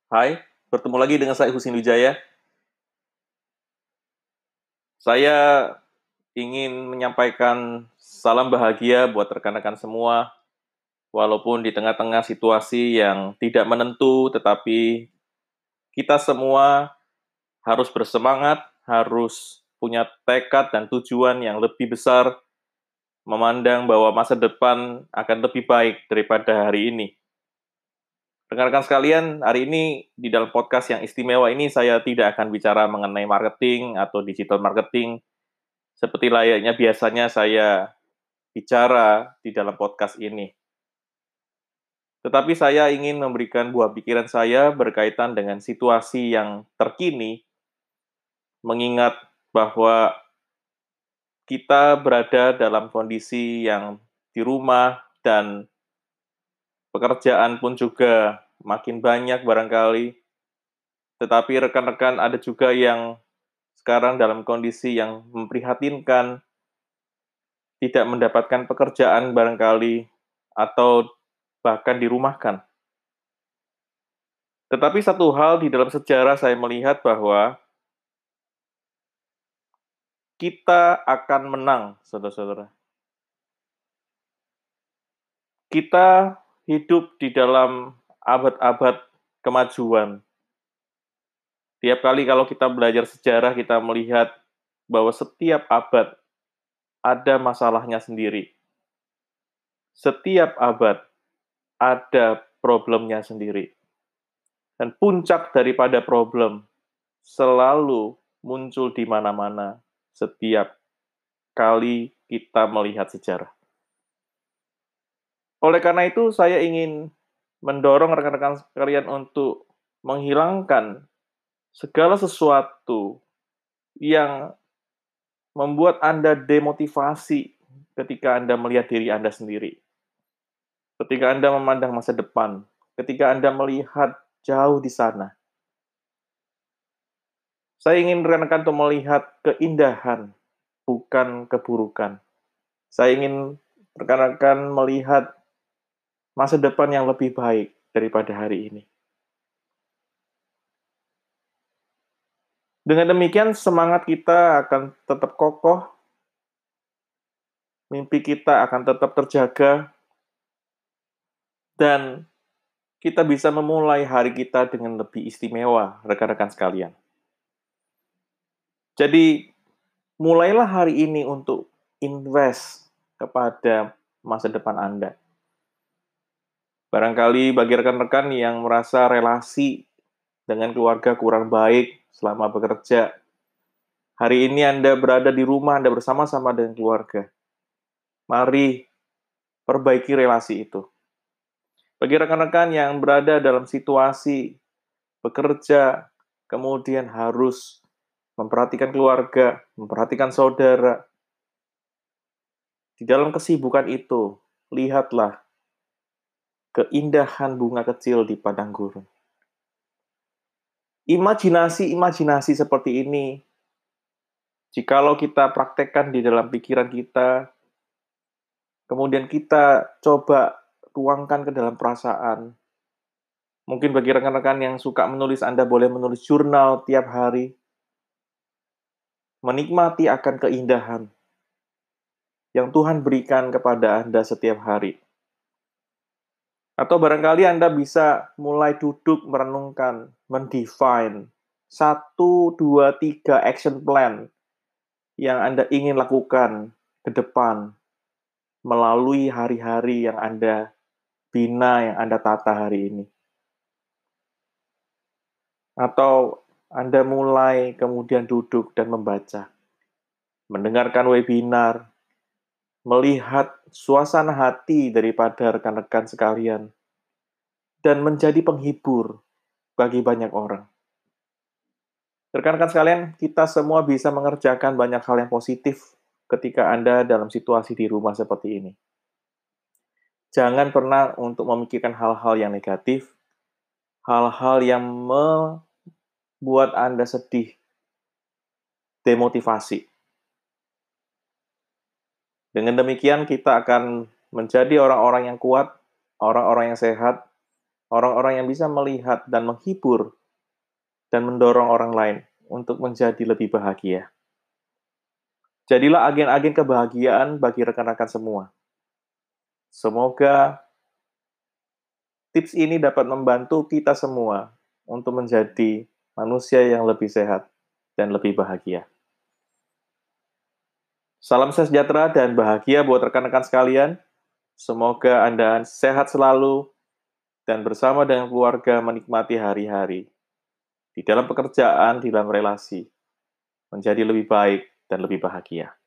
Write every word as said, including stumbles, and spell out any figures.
Hai, bertemu lagi dengan saya Husin Wijaya. Saya ingin menyampaikan salam bahagia buat rekan-rekan semua, walaupun di tengah-tengah situasi yang tidak menentu, tetapi kita semua harus bersemangat, harus punya tekad dan tujuan yang lebih besar, memandang bahwa masa depan akan lebih baik daripada hari ini. Rekan-rekan sekalian, hari ini di dalam podcast yang istimewa ini saya tidak akan bicara mengenai marketing atau digital marketing, seperti layaknya biasanya saya bicara di dalam podcast ini. Tetapi saya ingin memberikan buah pikiran saya berkaitan dengan situasi yang terkini, mengingat bahwa kita berada dalam kondisi yang di rumah dan pekerjaan pun juga makin banyak barangkali, tetapi rekan-rekan ada juga yang sekarang dalam kondisi yang memprihatinkan, tidak mendapatkan pekerjaan barangkali, atau bahkan dirumahkan. Tetapi satu hal di dalam sejarah saya melihat bahwa kita akan menang, saudara-saudara. Kita hidup di dalam abad-abad kemajuan. Tiap kali kalau kita belajar sejarah, kita melihat bahwa setiap abad ada masalahnya sendiri. Setiap abad ada problemnya sendiri. Dan puncak daripada problem selalu muncul di mana-mana setiap kali kita melihat sejarah. Oleh karena itu, saya ingin mendorong rekan-rekan sekalian untuk menghilangkan segala sesuatu yang membuat Anda demotivasi ketika Anda melihat diri Anda sendiri. Ketika Anda memandang masa depan, ketika Anda melihat jauh di sana. Saya ingin rekan-rekan untuk melihat keindahan, bukan keburukan. Saya ingin rekan-rekan melihat masa depan yang lebih baik daripada hari ini. Dengan demikian, semangat kita akan tetap kokoh, mimpi kita akan tetap terjaga, dan kita bisa memulai hari kita dengan lebih istimewa, rekan-rekan sekalian. Jadi, mulailah hari ini untuk invest kepada masa depan Anda. Barangkali bagi rekan-rekan yang merasa relasi dengan keluarga kurang baik selama bekerja, hari ini Anda berada di rumah, Anda bersama-sama dengan keluarga. Mari perbaiki relasi itu. Bagi rekan-rekan yang berada dalam situasi bekerja, kemudian harus memperhatikan keluarga, memperhatikan saudara, di dalam kesibukan itu, lihatlah keindahan bunga kecil di padang gurun. Imajinasi-imajinasi seperti ini, jikalau kita praktekkan di dalam pikiran kita, kemudian kita coba tuangkan ke dalam perasaan. Mungkin bagi rekan-rekan yang suka menulis, Anda boleh menulis jurnal tiap hari. Menikmati akan keindahan yang Tuhan berikan kepada Anda setiap hari. Atau barangkali Anda bisa mulai duduk merenungkan, mendefine satu, dua, tiga action plan yang Anda ingin lakukan ke depan melalui hari-hari yang Anda bina, yang Anda tata hari ini. Atau Anda mulai kemudian duduk dan membaca, mendengarkan webinar, melihat suasana hati daripada rekan-rekan sekalian, dan menjadi penghibur bagi banyak orang. Rekan-rekan sekalian, kita semua bisa mengerjakan banyak hal yang positif ketika Anda dalam situasi di rumah seperti ini. Jangan pernah untuk memikirkan hal-hal yang negatif, hal-hal yang membuat Anda sedih, demotivasi. Dengan demikian, kita akan menjadi orang-orang yang kuat, orang-orang yang sehat, orang-orang yang bisa melihat dan menghibur dan mendorong orang lain untuk menjadi lebih bahagia. Jadilah agen-agen kebahagiaan bagi rekan-rekan semua. Semoga tips ini dapat membantu kita semua untuk menjadi manusia yang lebih sehat dan lebih bahagia. Salam sejahtera dan bahagia buat rekan-rekan sekalian. Semoga Anda sehat selalu dan bersama dengan keluarga menikmati hari-hari di dalam pekerjaan, di dalam relasi, menjadi lebih baik dan lebih bahagia.